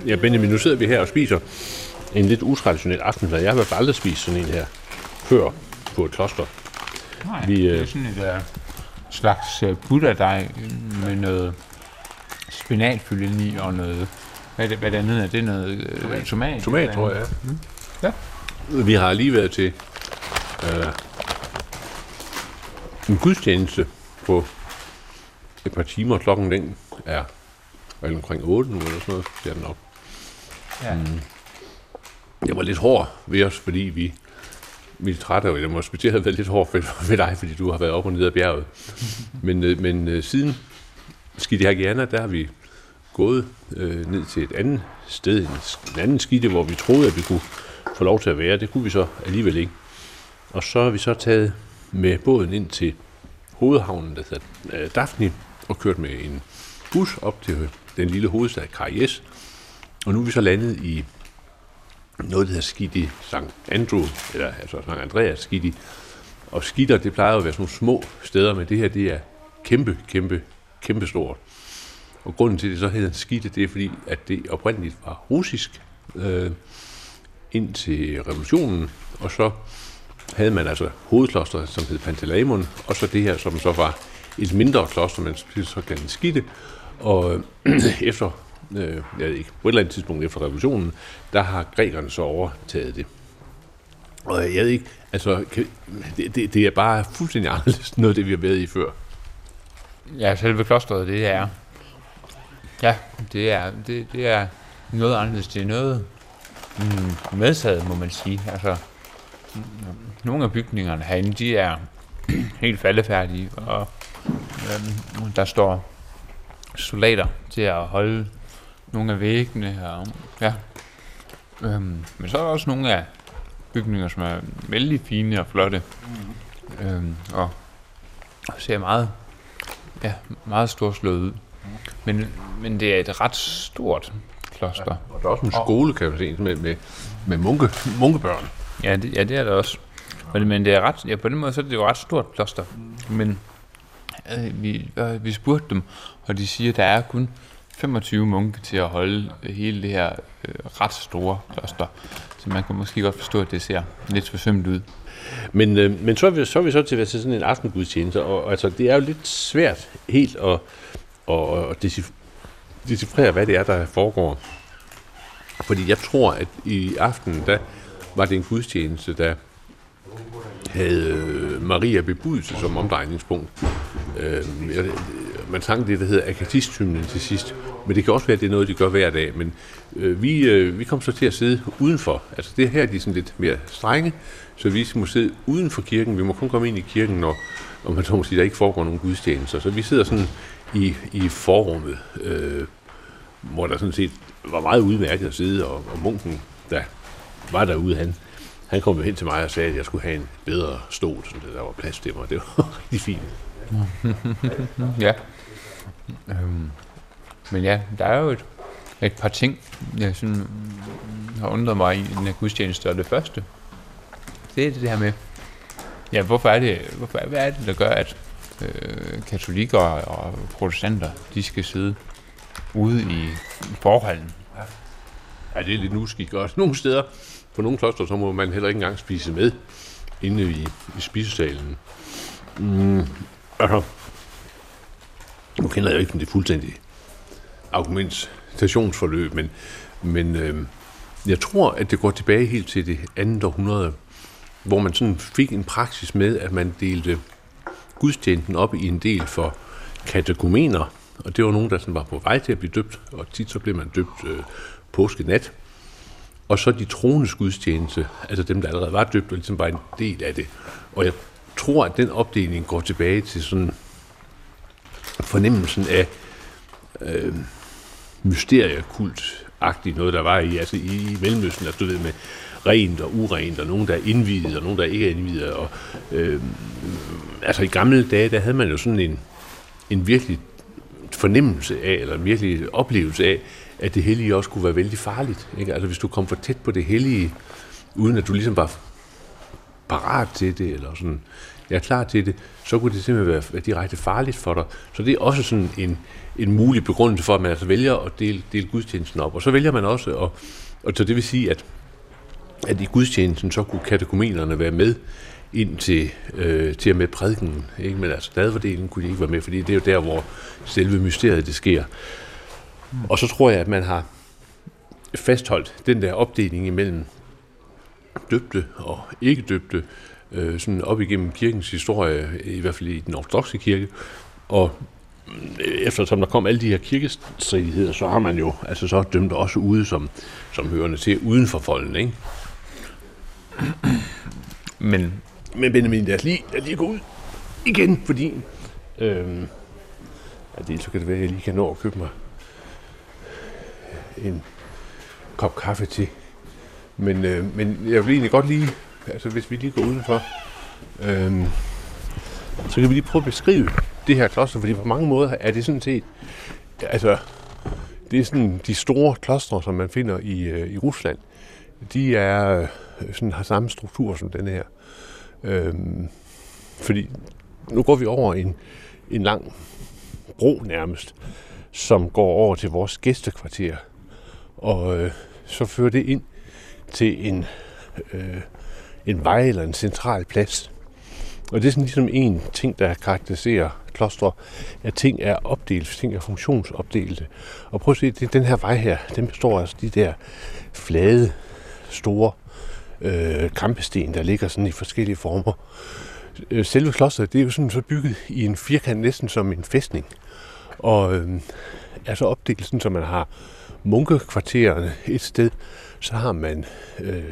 Ja, Benjamin, nu sidder vi her og spiser en lidt utraditionel aftensmad. Jeg har i hvert fald aldrig spist sådan en her før på et kloster. Nej, vi, det er sådan et uh, slags uh, butterdej med noget spinatfylde i og noget... Hvad, hvad det andet er? Det er noget uh, tomat? Tomat, tomat tror jeg, ja. Mm. ja. Vi har lige været til uh, en gudstjeneste på et par timer. Klokken den er vel omkring otte nu, eller sådan noget. Det er den nok. Ja. Mm. Jeg var lidt hård ved os, fordi vi, vi er trætte, og jeg må specielt have været lidt hård ved dig, fordi du har været op og ned ad bjerget. men men siden Skidte Hergiana, der har vi gået øh, ned til et andet sted, en anden skidte, hvor vi troede, at vi kunne få lov til at være. Det kunne vi så alligevel ikke. Og så har vi så taget med båden ind til hovedhavnen, der hedder øh, Daphne, og kørt med en bus op til den lille hovedstad Kariès. Og nu er vi så landet i noget, der hedder Skidte Sankt Andrew, eller altså Sankt Andreas Skidte. Og skidter, det plejer at være sådan nogle små steder, men det her, det er kæmpe, kæmpe, kæmpe stort. Og grunden til, at det så hedder Skidte, det er fordi, at det oprindeligt var russisk øh, indtil revolutionen, og så havde man altså hovedkloster, som hed Panteleimon, og så det her, som så var et mindre kloster, man så kaldte Skidte. Og øh, efter, øh, jeg ved ikke, på et eller andet tidspunkt efter revolutionen, der har grækerne så overtaget det. Og jeg ved ikke, altså, kan, det, det, det er bare fuldstændig anderledes noget, det vi har været i før. Ja, selve klosteret, det er, ja, det er, det, det er noget anderledes. Det er noget mm, medtaget, må man sige. Altså, nogle af bygningerne herinde, de er helt faldefærdige, og øhm, der står soldater til at holde nogle af væggene her. Ja. Øhm, men så er der også nogle af bygninger, som er vældig fine og flotte, mm. øhm, og ser meget, ja, meget storslået ud. Men, men det er et ret stort kloster. Ja, og der er også en skole, kan man se, med, med, med munke, munkebørn. Ja det, ja, det er der også. Men det er ret, ja, på den måde så er det jo et ret stort kloster. Men øh, vi, øh, vi spurgte dem, og de siger, at der er kun femogtyve munke til at holde hele det her øh, ret store kloster. Så man kan måske godt forstå, at det ser lidt forsømt ud. Men, øh, men så, er vi, så er vi så til at se sådan en aftengudstjeneste, og, og altså, det er jo lidt svært helt at, at, at decifrere, hvad det er, der foregår. Fordi jeg tror, at i aften, der var det en gudstjeneste, der havde Maria bebudelse som omdrejningspunkt. Øh, man sang det, der hedder Akatisthymnen til sidst, men det kan også være, at det er noget, de gør hver dag. Men øh, vi, øh, vi kom så til at sidde udenfor. Altså det her, de er sådan lidt mere strenge, så vi må sidde uden for kirken. Vi må kun komme ind i kirken, når, når man så må sige, der ikke foregår nogen gudstjenester. Så vi sidder sådan i, i forrummet, øh, hvor der sådan set var meget udmærket at sidde, og, og munken, der var derude, han, han kom jo hen til mig og sagde, at jeg skulle have en bedre stol, så der var plads til mig. Det var rigtig fint. Ja. Øhm, men ja, der er jo et, et par ting, jeg sådan, har undret mig i den her gudstjeneste, og det første, det er det her med, ja, hvorfor er det, hvorfor, hvad er det, der gør, at øh, katolikker og protestanter, de skal sidde ude i forhallen? Ja, det er lidt nuskik også. Nogle steder, på nogle kloster, så må man heller ikke engang spise med inde i, i spisesalen. Mm, altså, nu kender jeg jo ikke det fuldstændige argumentationsforløb, men, men øh, jeg tror, at det går tilbage helt til det andet århundrede, hvor man sådan fik en praksis med, at man delte gudstjenesten op i en del for katekomener, og det var nogen, der sådan var på vej til at blive døbt, og tit så blev man døbt øh, påskenat. Og så de troendes gudstjeneste, altså dem, der allerede var døbt, og ligesom var en del af det. Og jeg tror, at den opdeling går tilbage til sådan fornemmelsen af øh, mysteriekult-agtigt noget, der var i, altså i, i Mellemøsten, altså du ved, med rent og urent, og nogen, der er indviet, og nogen, der ikke er indviet. Og, øh, altså i gamle dage, der havde man jo sådan en, en virkelig fornemmelse af, eller en virkelig oplevelse af, at det hellige også kunne være vældig farligt. Ikke? Altså hvis du kom for tæt på det hellige, uden at du ligesom var parat til det, eller sådan, jeg er klar til det, så kunne det simpelthen være, være direkte farligt for dig. Så det er også sådan en, en mulig begrundelse for, at man altså vælger at dele, dele gudstjenesten op. Og så vælger man også, at, og så det vil sige, at, at i gudstjenesten, så kunne katekumenerne være med ind til, øh, til og med prædiken, ikke? Men altså nadverdelen kunne de ikke være med, fordi det er jo der, hvor selve mysteriet det sker. Mm. Og så tror jeg, at man har fastholdt den der opdeling imellem døbte og ikke døbte, øh, sådan op igennem kirkens historie, i hvert fald i den ortodokse kirke, og eftersom der kom alle de her kirkestridigheder, så har man jo altså så dømt også ude som, som hørende til uden for folden, ikke? Men, men Benjamin, lad os lige, lad os lige gå ud igen, fordi øh, ja, dels så kan det være, at jeg lige kan nå at købe mig en kop kaffe til. Men, øh, men jeg vil egentlig godt lige, altså hvis vi lige går udenfor, øh, så kan vi lige prøve at beskrive det her kloster, fordi på mange måder er det sådan set, altså det er sådan de store klostre, som man finder i, øh, i Rusland, de er øh, sådan har samme struktur som denne her. Øh, fordi nu går vi over en, en lang bro nærmest, som går over til vores gæstekvarter, og øh, så fører det ind til en, øh, en vej eller en central plads. Og det er sådan ligesom en ting, der karakteriserer klostre, at ting er opdelt, ting er funktionsopdelte. Og prøv at se, det, den her vej her, den består af de der flade, store øh, kampesten, der ligger sådan i forskellige former. Selve klostret, det er jo sådan så bygget i en firkant, næsten som en fæstning. Og øh, er så opdelt sådan, så man har munkekvartererne et sted, så har man øh,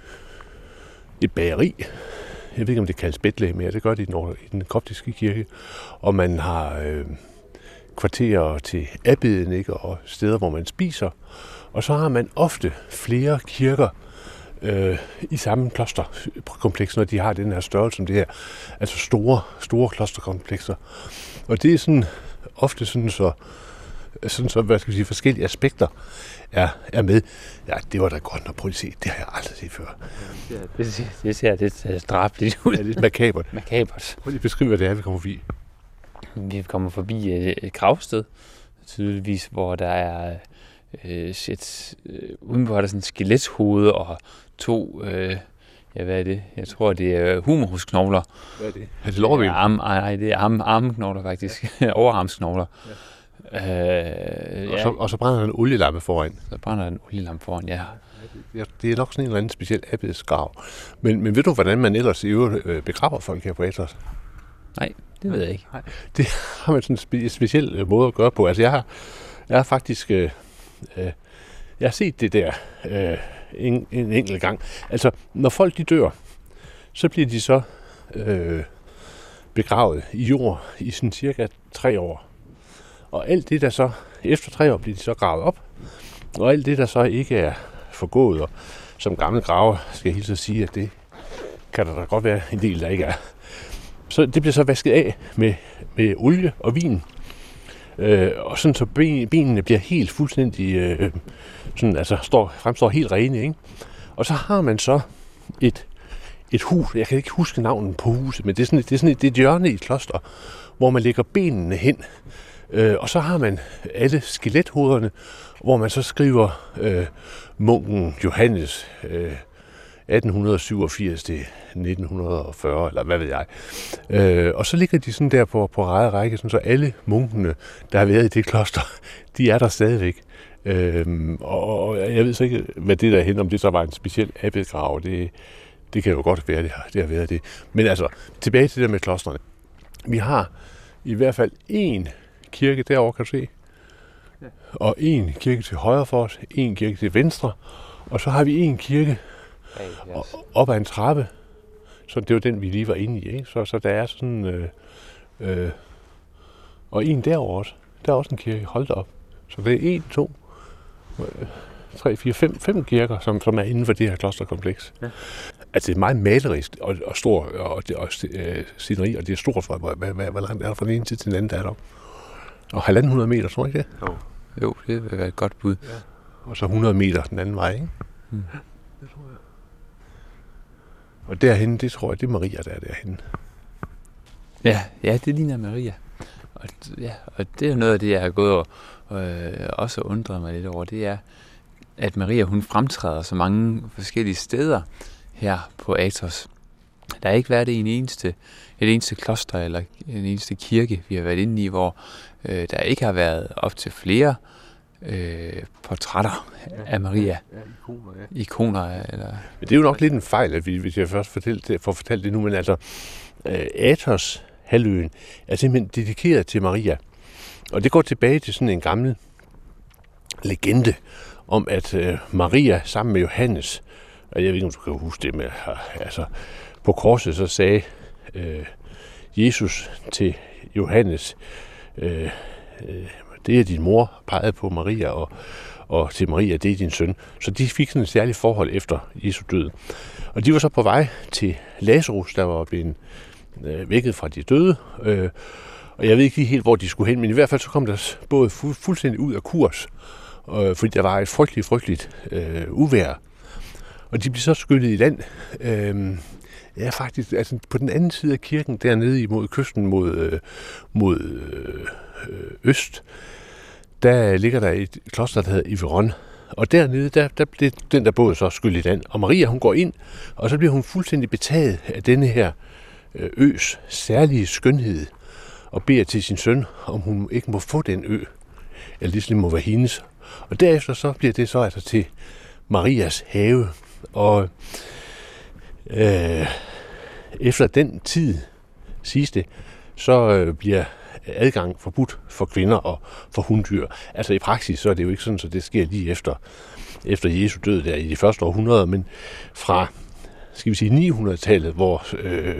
et bageri. Jeg ved ikke, om det kaldes Betlehem mere, det gør det i den, i den koptiske kirke. Og man har øh, kvarterer til abbeden, ikke, og steder, hvor man spiser. Og så har man ofte flere kirker øh, i samme klosterkompleks, når de har den her størrelse som det her. Altså store, store klosterkomplekser. Og det er sådan ofte sådan så, sådan så hvad skal vi sige, forskellige aspekter er, er med. Ja, det var da godt nok, prøv at se, det har jeg aldrig set før. Ja, det, det ser lidt drabligt ud. Ja, det er makabert. Makabert. Prøv lige at beskrive, hvad det er, vi kommer forbi. Vi kommer forbi et, et gravsted, tydeligvis, hvor der er øh, et, øh, udenfor er der sådan et skeletshoved og to, øh, ja, hvad er det? Jeg tror, det er humerusknogler. Hvad er det? Er det lårben? Arm, nej, det er arm, armknogler faktisk. Overarmsknogler. Ja. Øh, og, ja. så, og så brænder der en olielampe foran. Så brænder der en olielampe foran, ja. Det er nok sådan en eller anden speciel abbedsgrav. Men, men ved du, hvordan man ellers i øvrigt begraver folk her på Atos? Nej, det ved jeg ikke. Nej. Det har man sådan en spe- speciel måde at gøre på. Altså jeg har, jeg har faktisk øh, øh, jeg har set det der øh, en, en enkelt gang. Altså når folk de dør, så bliver de så øh, begravet i jord i sådan cirka tre år. Og alt det der så, efter tre år bliver de så gravet op, og alt det der så ikke er forgået, og som gamle graver skal jeg hilse at sige, at det kan der da godt være en del, der ikke er. Så det bliver så vasket af med, med olie og vin, øh, og sådan så benene bliver helt fuldstændig, øh, sådan, altså står, fremstår helt rene, ikke? Og så har man så et, et hus, jeg kan ikke huske navnet på huset, men det er sådan, det er sådan et, det er et hjørne i et kloster, hvor man lægger benene hen, øh, og så har man alle skelethovederne, hvor man så skriver øh, munken Johannes øh, atten syvogfirs til nitten fyrre, eller hvad ved jeg. Øh, og så ligger de sådan der på, på ræde række, sådan så alle munkene, der har været i det kloster, de er der stadigvæk. Øh, og, og jeg ved så ikke, hvad det der hen, om det så var en speciel abbedgrav, det, det kan jo godt være, det har, det har været det. Men altså, tilbage til det med klostrene. Vi har i hvert fald én kirke derovre, kan du se, og en kirke til højre for os, en kirke til venstre, og så har vi en kirke hey, yes. op ad en trappe, så det var den, vi lige var inde i, ikke? Så, så der er sådan, øh, øh, og en derovre også, der er også en kirke, hold da op. Så det er en, to, øh, tre, fire, fem, fem kirker, som, som er inden for det her klosterkompleks. Ja. Altså det er meget malerisk og, og stor, og det og, øh, sceneri, og det er stort for, hvor, hvor, hvor langt er der fra den ene til den anden, der er der. Og halvanden hundrede meter, tror jeg ikke det? Jo. Jo, det vil være et godt bud. Ja. Og så hundrede meter den anden vej, ikke? Hmm. Det tror jeg. Og derhenne, det tror jeg, det er Maria, der er derhenne. Ja, ja, det ligner Maria. Og, ja, og det er noget af det, jeg har gået og øh, også undret mig lidt over, det er, at Maria, hun fremtræder så mange forskellige steder her på Athos. Der har ikke været en eneste, et eneste kloster eller en eneste kirke, vi har været inde i, hvor øh, der ikke har været op til flere øh, portrætter af Maria. Ja, ikoner, ja. Ikoner, eller... Men det er jo nok lidt en fejl, at vi, hvis jeg først fortælle, får fortalt det nu, men altså, øh, Athos halvøen er simpelthen dedikeret til Maria. Og det går tilbage til sådan en gammel legende om, at øh, Maria sammen med Johannes, og jeg ved ikke, om du kan huske det, men altså, på korset så sagde øh, Jesus til Johannes, øh, øh, det er din mor, pegede på Maria, og, og til Maria, det er din søn. Så de fik sådan et særligt forhold efter Jesu død. Og de var så på vej til Lazarus, der var blevet øh, vækket fra de døde, øh, og jeg ved ikke lige helt, hvor de skulle hen, men i hvert fald så kom der både fu- fuldstændig ud af kurs, øh, fordi der var et frygteligt, frygteligt øh, uvejr. Og de blev så skyllet i land. Øh, ja, faktisk, altså på den anden side af kirken, dernede imod kysten mod, øh, mod øh, øst, der ligger der et kloster, der hedder Yveron. Og dernede, der, der blev den der båd så skyllet i land. Og Maria, hun går ind, og så bliver hun fuldstændig betaget af denne her øh, øs særlige skønhed, og beder til sin søn, om hun ikke må få den ø, eller ligesom må være hendes. Og derefter så bliver det så altså til Marias have. Og øh, efter den tid, siges det, så øh, bliver adgang forbudt for kvinder og for hunddyr. Altså i praksis, så er det jo ikke sådan, så det sker lige efter, efter Jesu død der i de første århundreder, men fra, skal vi sige, ni hundrede-tallet, hvor øh,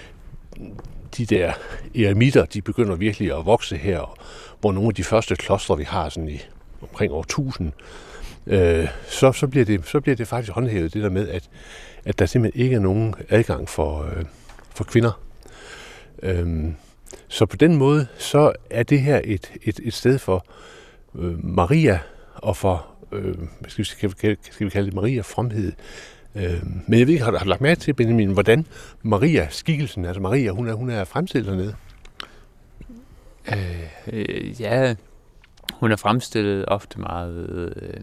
de der eremitter, de begynder virkelig at vokse her, hvor nogle af de første klostre, vi har sådan i omkring år tusind, øh, så, så, bliver det, så bliver det faktisk håndhævet, det der med, at, at der simpelthen ikke er nogen adgang for, øh, for kvinder. Øhm, så på den måde, så er det her et, et, et sted for øh, Maria, og for, øh, skal, vi, skal, vi, skal vi kalde det Maria fromhed. Øh, men jeg ved ikke, har du, har du lagt mærke til, Benjamin, hvordan Maria skikkelsen, altså Maria, hun er, hun er fremstillet dernede? Øh, øh, ja, hun er fremstillet ofte meget øh,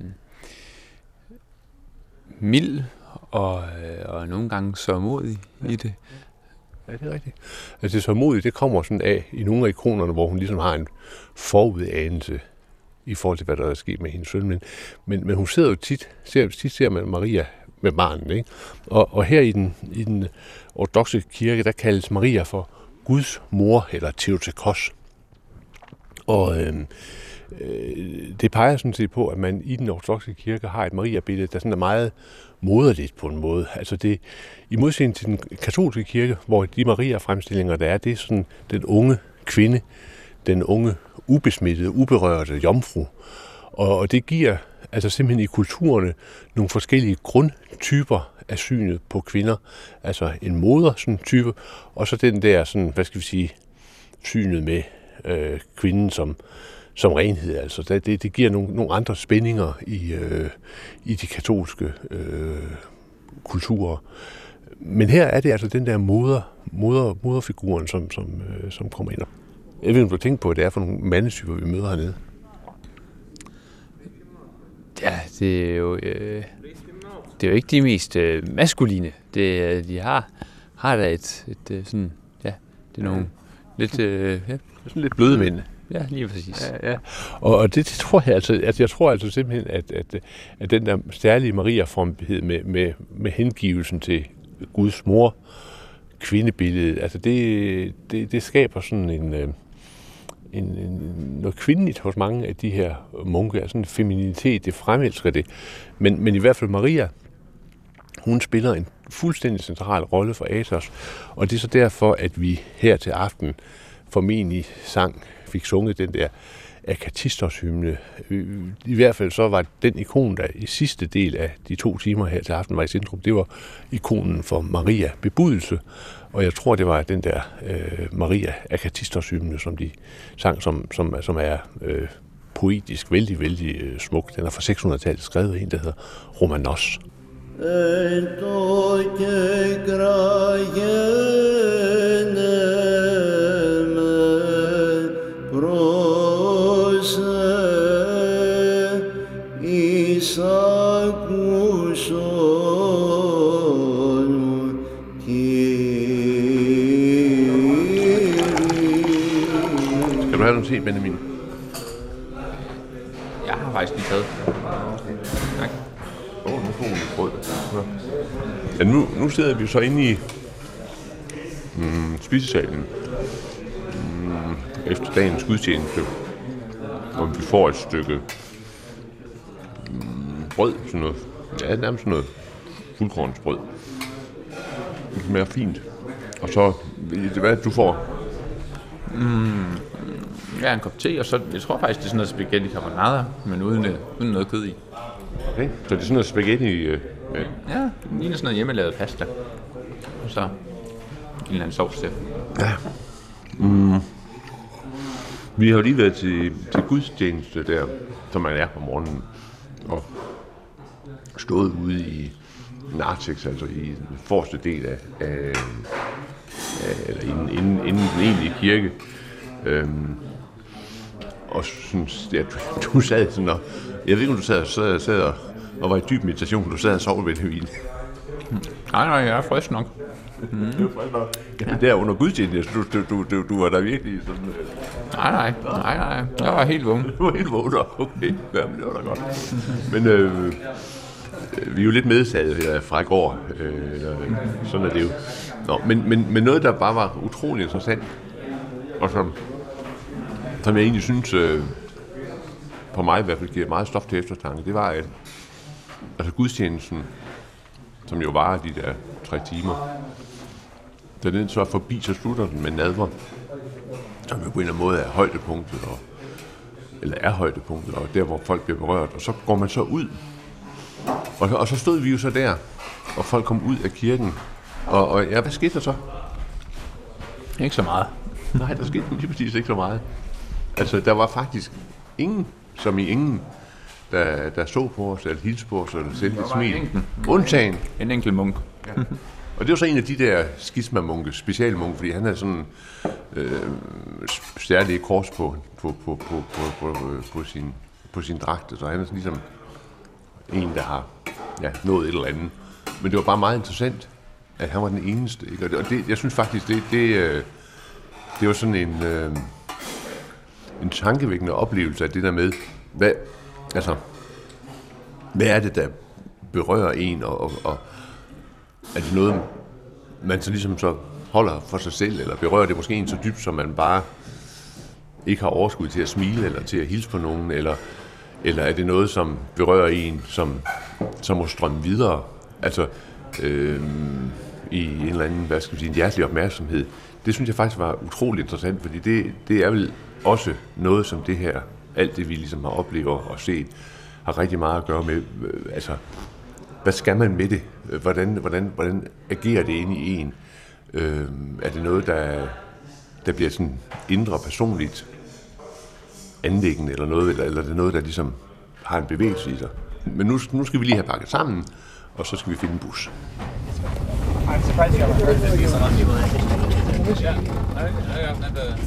mild og, øh, og nogle gange sørgmodig ja. i det. Ja, det er rigtigt. Altså det sørgmodige, det kommer sådan af i nogle af ikonerne, hvor hun ligesom har en forudanelse i forhold til, hvad der er sket med hendes søn. Men, men, men hun sidder jo tit, ser, tit ser man Maria med barnet, ikke? Og, og her i den, i den ortodokse kirke, der kaldes Maria for Guds mor, eller Theotokos. Og øh, øh, det peger sådan set på, at man i den ortodokse kirke har et Maria-billede, der sådan er meget moderligt på en måde. Altså det, i modsætning til den katolske kirke, hvor de Maria-fremstillinger, der er, det er sådan den unge kvinde, den unge, ubesmittede, uberørte jomfru. Og, og det giver altså simpelthen i kulturerne nogle forskellige grundtyper af synet på kvinder. Altså en moder, sådan en type, og så den der, sådan, hvad skal vi sige, synet med øh, kvinden som, som renhed. Altså det, det giver nogle, nogle andre spændinger i, øh, i de katolske øh, kulturer. Men her er det altså den der moder, moder, moderfiguren, som, som, øh, som kommer ind. Jeg ved ikke, om du tænker på, at det er for nogle mandetyper, vi møder hernede. Ja, det er jo, øh, det er jo ikke de mest øh, maskuline. Det, de har, har da et, et, et sådan, ja, det er nogle lidt, øh, ja. Sådan lidt bløde mænd. Ja, lige præcis. Ja, ja. Og, og det, det tror jeg altså, altså jeg tror altså simpelthen, at, at, at den der særlige Maria-fromhed med, med, med hengivelsen til Guds mor, kvindebilledet, altså det, det, det skaber sådan en, en, en, noget kvindeligt hos mange af de her munke, altså en feminitet, det fremelsker det. Men, men i hvert fald Maria, hun spiller en fuldstændig central rolle for Athos, og det er så derfor, at vi her til aften formentlig sang, fik sunget den der Akatistos-hymne. I hvert fald så var den ikon, der i sidste del af de to timer her til aften var i centrum, det var ikonen for Maria bebudelse, og jeg tror, det var den der øh, Maria Akatistos-hymne, som de sang, som, som, som er øh, poetisk vældig, vældig øh, smuk. Den er fra seks hundrede-tallet skrevet af en, der hedder Romanos. En to que grajene Skal du have noget te, Benjamin? Jeg har faktisk lige taget. Tak. Åh, oh, nu får vi lidt brød. Ja, nu, nu sidder vi jo så inde i mm, spisesalen mm, efter dagens gudstjeneste, hvor vi får et stykke mm, brød, sådan noget, ja, nærmest sådan noget fuldkornsbrød. Det smager fint. Og så, hvad du får? Mm, ja, en kop te, og så, jeg tror faktisk, det er sådan noget spaghetti carbonara, men uden, uden noget kød i. Okay, så det er sådan noget spaghetti øh, med... Ja, det ligner sådan noget hjemmelavet pasta. Og så en eller anden sovs til. Ja. Mm. Vi har jo lige været til, til gudstjeneste der, som man er om morgenen, og stået ude i Nartex, altså i den forreste del af, af, af eller inden, inden, inden den egentlige kirke. Øhm, og synes, ja, du, du sad sådan og, jeg ved ikke, om du sad, sad, sad og, og var i dyb meditation, du sad og sov ved det hvile. Nej, nej, jeg er frisk nok. Mm. Det er frisk nok. Ja, der under gudstjenesten, du, du, du, du, du var der virkelig sådan... Øh... Nej, nej, nej, nej, jeg var helt vågen. Du var helt vågen, okay, ja, men det var da godt. Men øh, vi er jo lidt medsaget her fra i går, øh, sådan er det jo. Nå, men, men, men noget, der bare var utrolig interessant, og som, som jeg egentlig synes, øh, på mig i hvert fald giver meget stof til eftertanke, det var, at altså gudstjenesten, som jo varer de der tre timer, da den så er forbi, så slutter den med nadver, som jo på en eller anden måde er højdepunktet, og, eller er højdepunktet, og der, hvor folk bliver berørt, og så går man så ud, og, og så stod vi jo så der, og folk kom ud af kirken, og, og ja, hvad skete der så? Ikke så meget. Nej, der skete lige præcis ikke så meget. Altså, der var faktisk ingen, som i ingen, der, der så på os, eller hilste på os, eller sendte et smil. Undtagen. En enkelt munk. Ja. Og det var så en af de der skisma-munke, specialmunke, fordi han havde sådan øh, særlige kors på, på, på, på, på, på, på, sin, på sin dragt, så han er sådan ligesom en, der har ja, nået et eller andet. Men det var bare meget interessant, at han var den eneste. Ikke? Og, det, og det, jeg synes faktisk, det, det, øh, det var sådan en, øh, en tankevækkende oplevelse af det der med, hvad, altså, hvad er det, der berører en, og, og, og er det noget, man så ligesom så holder for sig selv, eller berører det måske en så dybt, som man bare ikke har overskud til at smile, eller til at hilse på nogen, eller, eller er det noget, som berører en, som, som må strømme videre, altså øh, i en eller anden, hvad skal vi sige, en hjertelig opmærksomhed. Det synes jeg faktisk var utroligt interessant, fordi det, det er vel også noget, som det her, alt det vi ligesom har oplevet og set, har rigtig meget at gøre med, øh, altså, hvad skal man med det? Hvordan, hvordan, hvordan agerer det inde i en? Øh, er det noget, der, der bliver sådan indre personligt anliggende, eller noget, eller, eller er det noget, der ligesom har en bevægelse i sig? Men nu, nu skal vi lige have pakket sammen, og så skal vi finde en bus. I'm surprised you haven't heard of this. Yeah, I, I never.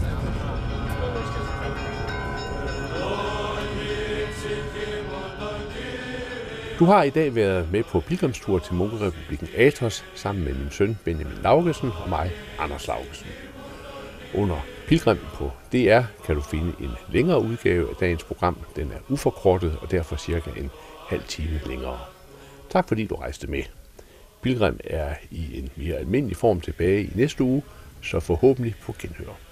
Du har i dag været med på pilgrimstur til Munkerepublikken Athos sammen med min søn Benjamin Laugesen og mig, Anders Laugesen. Under Pilgrim på D R kan du finde en længere udgave af dagens program. Den er uforkortet og derfor cirka en halv time længere. Tak fordi du rejste med. Pilgrim er i en mere almindelig form tilbage i næste uge, så forhåbentlig på genhør.